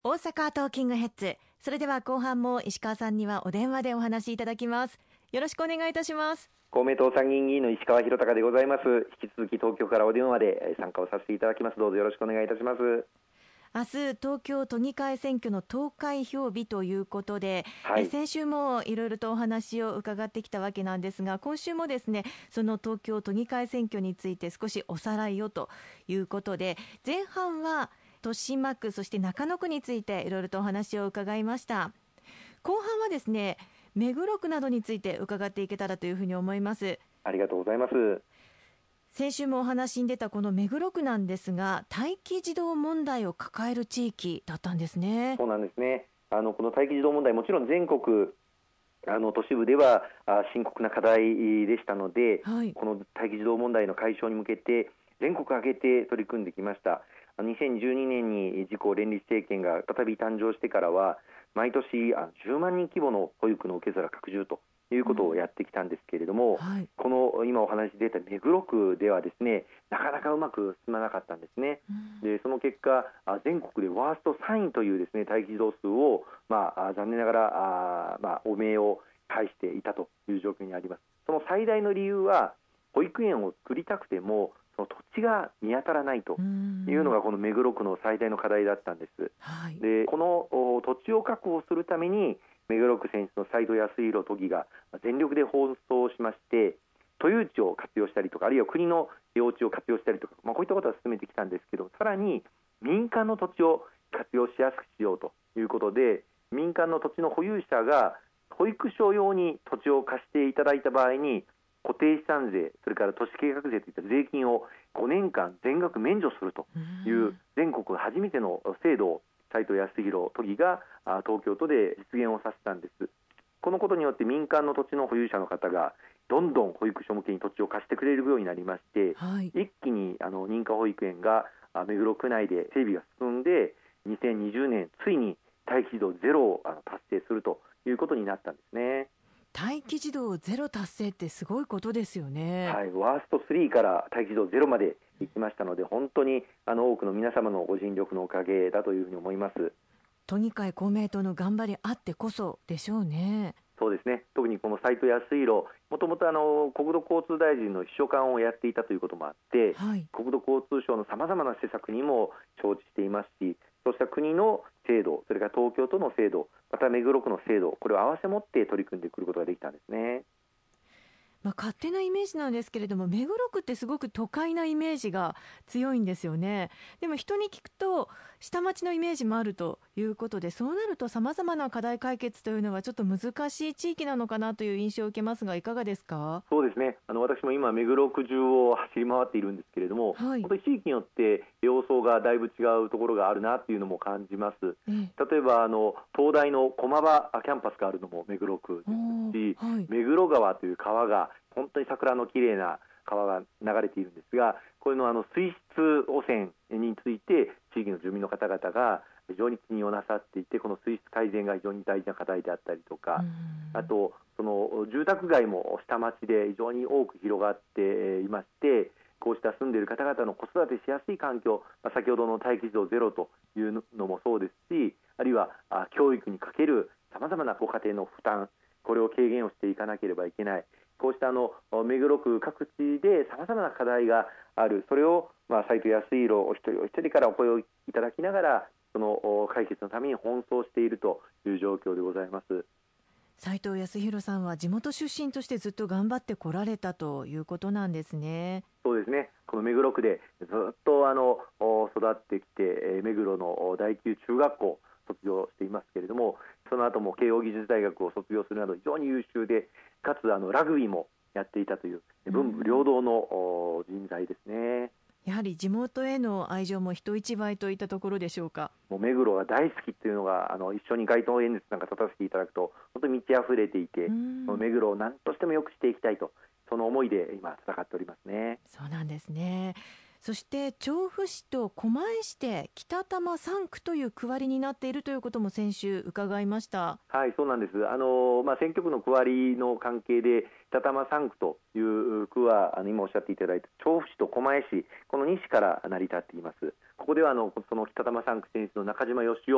大阪トーキングヘッズ。それでは後半も石川さんにはお電話でお話しいただきます。よろしくお願いいたします。 公明党参議院議員の石川博隆でございます。引き続き東京からお電話で参加をさせていただきます。どうぞよろしくお願いいたします。 明日東京都議会選挙の投開票日ということで、先週もいろいろとお話を伺ってきたわけなんですが、今週もですね、その東京都議会選挙について少しおさらいをということで、前半は豊島区そして中野区についていろいろとお話を伺いました。後半はですね、目黒区などについて伺っていけたらというふうに思います。 ありがとうございます。 先週もお話に出たこの目黒区なんですが、待機児童問題を抱える地域だったんですね。 そうなんですね。この待機児童問題、もちろん全国都市部では深刻な課題でしたので、この待機児童問題の解消に向けて全国挙げて取り組んできました。2012年に自公連立政権が再び誕生してからは、毎年10万人規模の保育の受け皿拡充ということをやってきたんですけれども、この今お話出た目黒区ではですね、なかなかうまく進まなかったんですね。でその結果、全国でワースト3位というですね待機児童数を、残念ながら汚名を返していたという状況にあります。その最大の理由は、保育園を作りたくてもその土地が見当たらないというのがこの目黒区の最大の課題だったんです。でこの土地を確保するために目黒区選出の斉藤康弘都議が全力で奔走しまして、都有地を活用したりとか、あるいは国の用地を活用したりとか、こういったことを進めてきたんですけど、さらに民間の土地を活用しやすくしようということで、民間の土地の保有者が保育所用に土地を貸していただいた場合に、固定資産税、それから都市計画税といった税金を5年間全額免除するという全国初めての制度を斉藤康弘都議が東京都で実現をさせたんです。このことによって民間の土地の保有者の方がどんどん保育所向けに土地を貸してくれるようになりまして、一気に認可保育園が目黒区内で整備が進んで、2020年ついに待機児童ゼロを達成するということになったんですね。 待機児童ゼロ達成ってすごいことですよね。 ワースト3から待機児童ゼロまで行きましたので、本当に多くの皆様のご尽力のおかげだというふうに思います。 都議会公明党の頑張りあってこそでしょうね。 そうですね。特にこの斉藤康弘、もともと国土交通大臣の秘書官をやっていたということもあって、国土交通省のさまざまな施策にも承知していますし、そうした国の制度、それから東京都の制度、また目黒区の制度、これを合わせ持って取り組んでくることができたんですね。 勝手なイメージなんですけれども、目黒区ってすごく都会なイメージが強いんですよね。でも人に聞くと下町のイメージもあるということで、そうなるとさまざまな課題解決というのはちょっと難しい地域なのかなという印象を受けますが、いかがですか？ そうですね。私も今目黒区中を走り回っているんですけれども、本当に地域によって様相がだいぶ違うところがあるなというのも感じます。例えば東大の駒場キャンパスがあるのも目黒区ですし、目黒川という川が本当に桜の綺麗な川が流れているんですが、これの水質汚染について地域の住民の方々が非常に気にをなさっていて、この水質改善が非常に大事な課題であったりとか、あとその住宅街も下町で非常に多く広がっていまして、こうした住んでいる方々の子育てしやすい環境、先ほどの待機児童ゼロというのもそうですし、あるいは教育にかけるさまざまなご家庭の負担、これを軽減をしていかなければいけない。こうした目黒区各地でさまざまな課題がある。それを斉藤康弘お一人お一人からお声をいただきながら、その解決のために奔走しているという状況でございます。 斉藤康弘さんは地元出身としてずっと頑張ってこられたということなんですね。 そうですね。この目黒区でずっと育ってきて、目黒の第九中学校卒業していますけれども、その後も慶應義塾大学を卒業するなど非常に優秀で、かつラグビーもやっていたという文武両道の人材ですね。 やはり地元への愛情も人一倍といったところでしょうか。 もう目黒が大好きというのが一緒に街頭演説なんか立たせていただくと本当に満ち溢れていて、目黒を何としても良くしていきたいと、その思いで今戦っておりますね。 そうなんですね。そして調布市と狛江市で北多摩3区という区割りになっているということも先週伺いました。 はい、そうなんです。選挙区の区割りの関係で北多摩3区という区は今おっしゃっていただいた調布市と狛江市、この2市から成り立っています。ここではその北多摩3区選出の中島義雄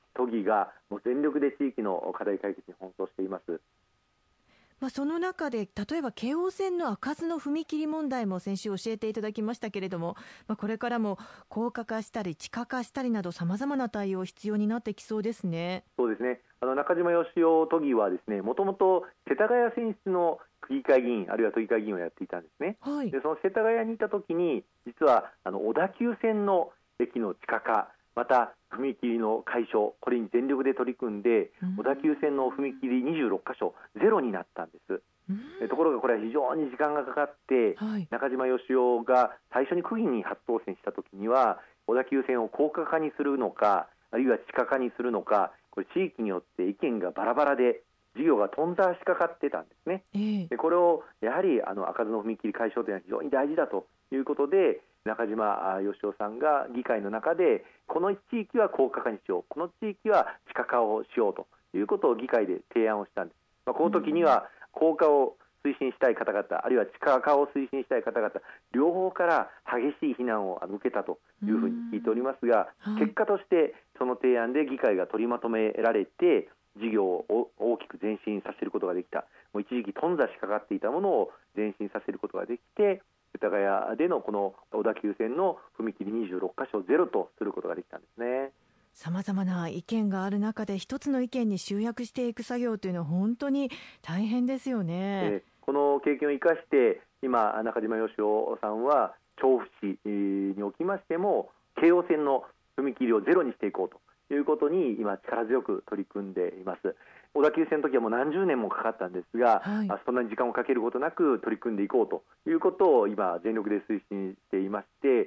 都議がもう全力で地域の課題解決に奔走しています。 その中で例えば京王線の開かずの踏切問題も先週教えていただきましたけれども、これからも高架化したり地下化したりなどさまざまな対応必要になってきそうですね。 そうですね。中島義雄都議はですね、もともと世田谷選出の区議会議員あるいは都議会議員をやっていたんですね。 はい、 でその世田谷にいた時に実は小田急線の駅の地下化、また踏切の解消、これに全力で取り組んで、小田急線の踏切26箇所ゼロになったんです。ところがこれは非常に時間がかかって、 はい、 中島義雄が最初に区議に初当選した時には小田急線を高架化にするのかあるいは地下化にするのか、これ地域によって意見がバラバラで事業が頓挫しかかってたんですね。でこれをやはり開かずの踏切解消というのは非常に大事だということで、中島義雄さんが議会の中でこの地域は高架化にしよう、この地域は地下化をしようということを議会で提案をしたんです。この時には高架を推進したい方々あるいは地下化を推進したい方々両方から激しい非難を受けたというふうに聞いておりますが、結果としてその提案で議会が取りまとめられて事業を大きく前進させることができた。もう一時期頓挫しかかっていたものを前進させることができて、世田谷でのこの小田急線の踏切26箇所ゼロとすることができたんですね。 さまざまな意見がある中で一つの意見に集約していく作業というのは本当に大変ですよね。 この経験を生かして今中島義雄さんは調布市におきましても京王線の踏切をゼロにしていこうということに今力強く取り組んでいます。小田急線の時はもう何十年もかかったんですが、そんなに時間をかけることなく取り組んでいこうということを今全力で推進していまして、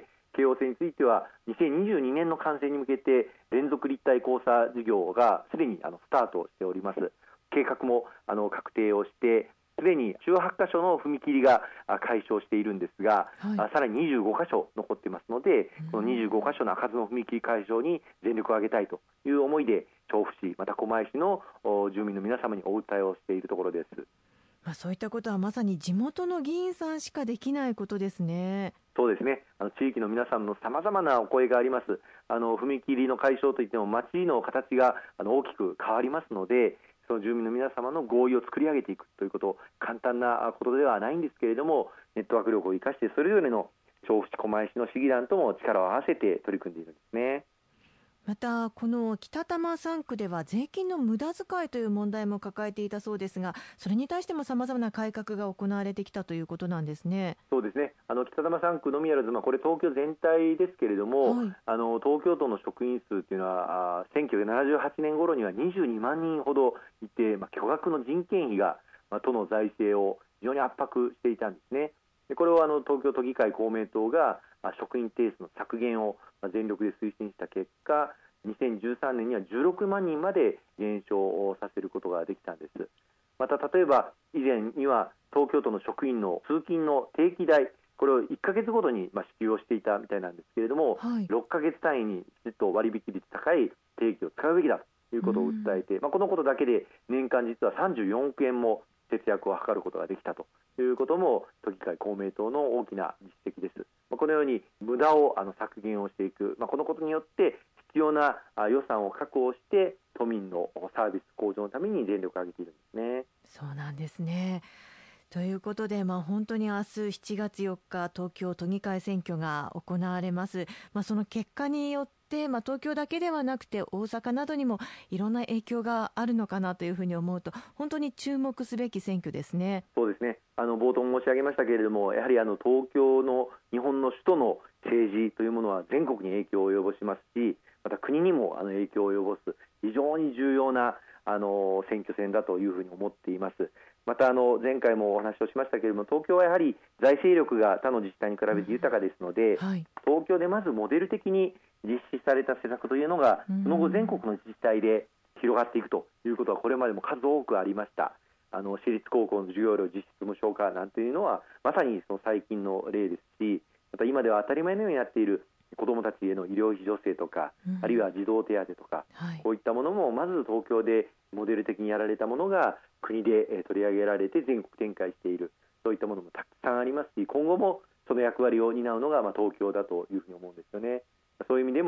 京王線については2022年の完成に向けて連続立体交差事業がすでにスタートしております。計画も確定をしてすでに18箇所の踏切が解消しているんですが、さらに25箇所残っていますので、この25箇所の開かずの踏切解消に全力を挙げたいという思いで調布市また狛江市の住民の皆様にお訴えをしているところです。 そういったことはまさに地元の議員さんしかできないことですね。 そうですね。地域の皆さんのさまざまなお声があります。踏切の解消といっても街の形が大きく変わりますので、その住民の皆様の合意を作り上げていくということ簡単なことではないんですけれども、ネットワーク力を生かしてそれぞれの調布市狛江市の市議団とも力を合わせて取り組んでいるんですね。 またこの北多摩3区では税金の無駄遣いという問題も抱えていたそうですが、それに対してもさまざまな改革が行われてきたということなんですね。 そうですね。北多摩3区のみならず、これ東京全体ですけれども、東京都の職員数というのは1978年頃には22万人ほどいて、巨額の人件費が都の財政を非常に圧迫していたんですね。でこれを東京都議会公明党が職員定数の削減を全力で推進した結果、2013年には16万人まで減少させることができたんです。また例えば以前には東京都の職員の通勤の定期代、これを1ヶ月ごとに支給をしていたみたいなんですけれども、6ヶ月単位にきちっと割引率高い定期を使うべきだということを訴えて、このことだけで年間実は34億円も節約を図ることができたということも都議会公明党の大きな実績です。このように無駄を削減をしていく、このことによって必要な予算を確保して都民のサービス向上のために全力を挙げているんですね。 そうなんですね。ということで、本当に明日7月4日東京都議会選挙が行われます。その結果によって、東京だけではなくて大阪などにもいろんな影響があるのかなというふうに思うと、本当に注目すべき選挙ですね。 そうですね。冒頭申し上げましたけれども、やはり東京の日本の首都の政治というものは全国に影響を及ぼしますし、また国にも影響を及ぼす非常に重要な選挙戦だというふうに思っています。また前回もお話をしましたけれども、東京はやはり財政力が他の自治体に比べて豊かですので、東京でまずモデル的に実施された施策というのがその後全国の自治体で広がっていくということはこれまでも数多くありました。私立高校の授業料実質無償化なんていうのはまさにその最近の例ですし、また今では当たり前のようになっている子どもたちへの医療費助成とか、あるいは児童手当とか、こういったものもまず東京でモデル的にやられたものが国で取り上げられて全国展開している、そういったものもたくさんありますし、今後もその役割を担うのが東京だというふうに思うんですよね。そういう意味でも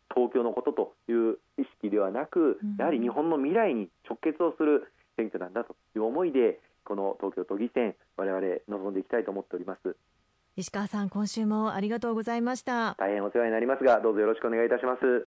東京のことという意識ではなく、やはり日本の未来に直結をする選挙なんだという思いで、この東京都議選、我々臨んでいきたいと思っております。 石川さん、今週もありがとうございました。 大変お世話になりますが、どうぞよろしくお願いいたします。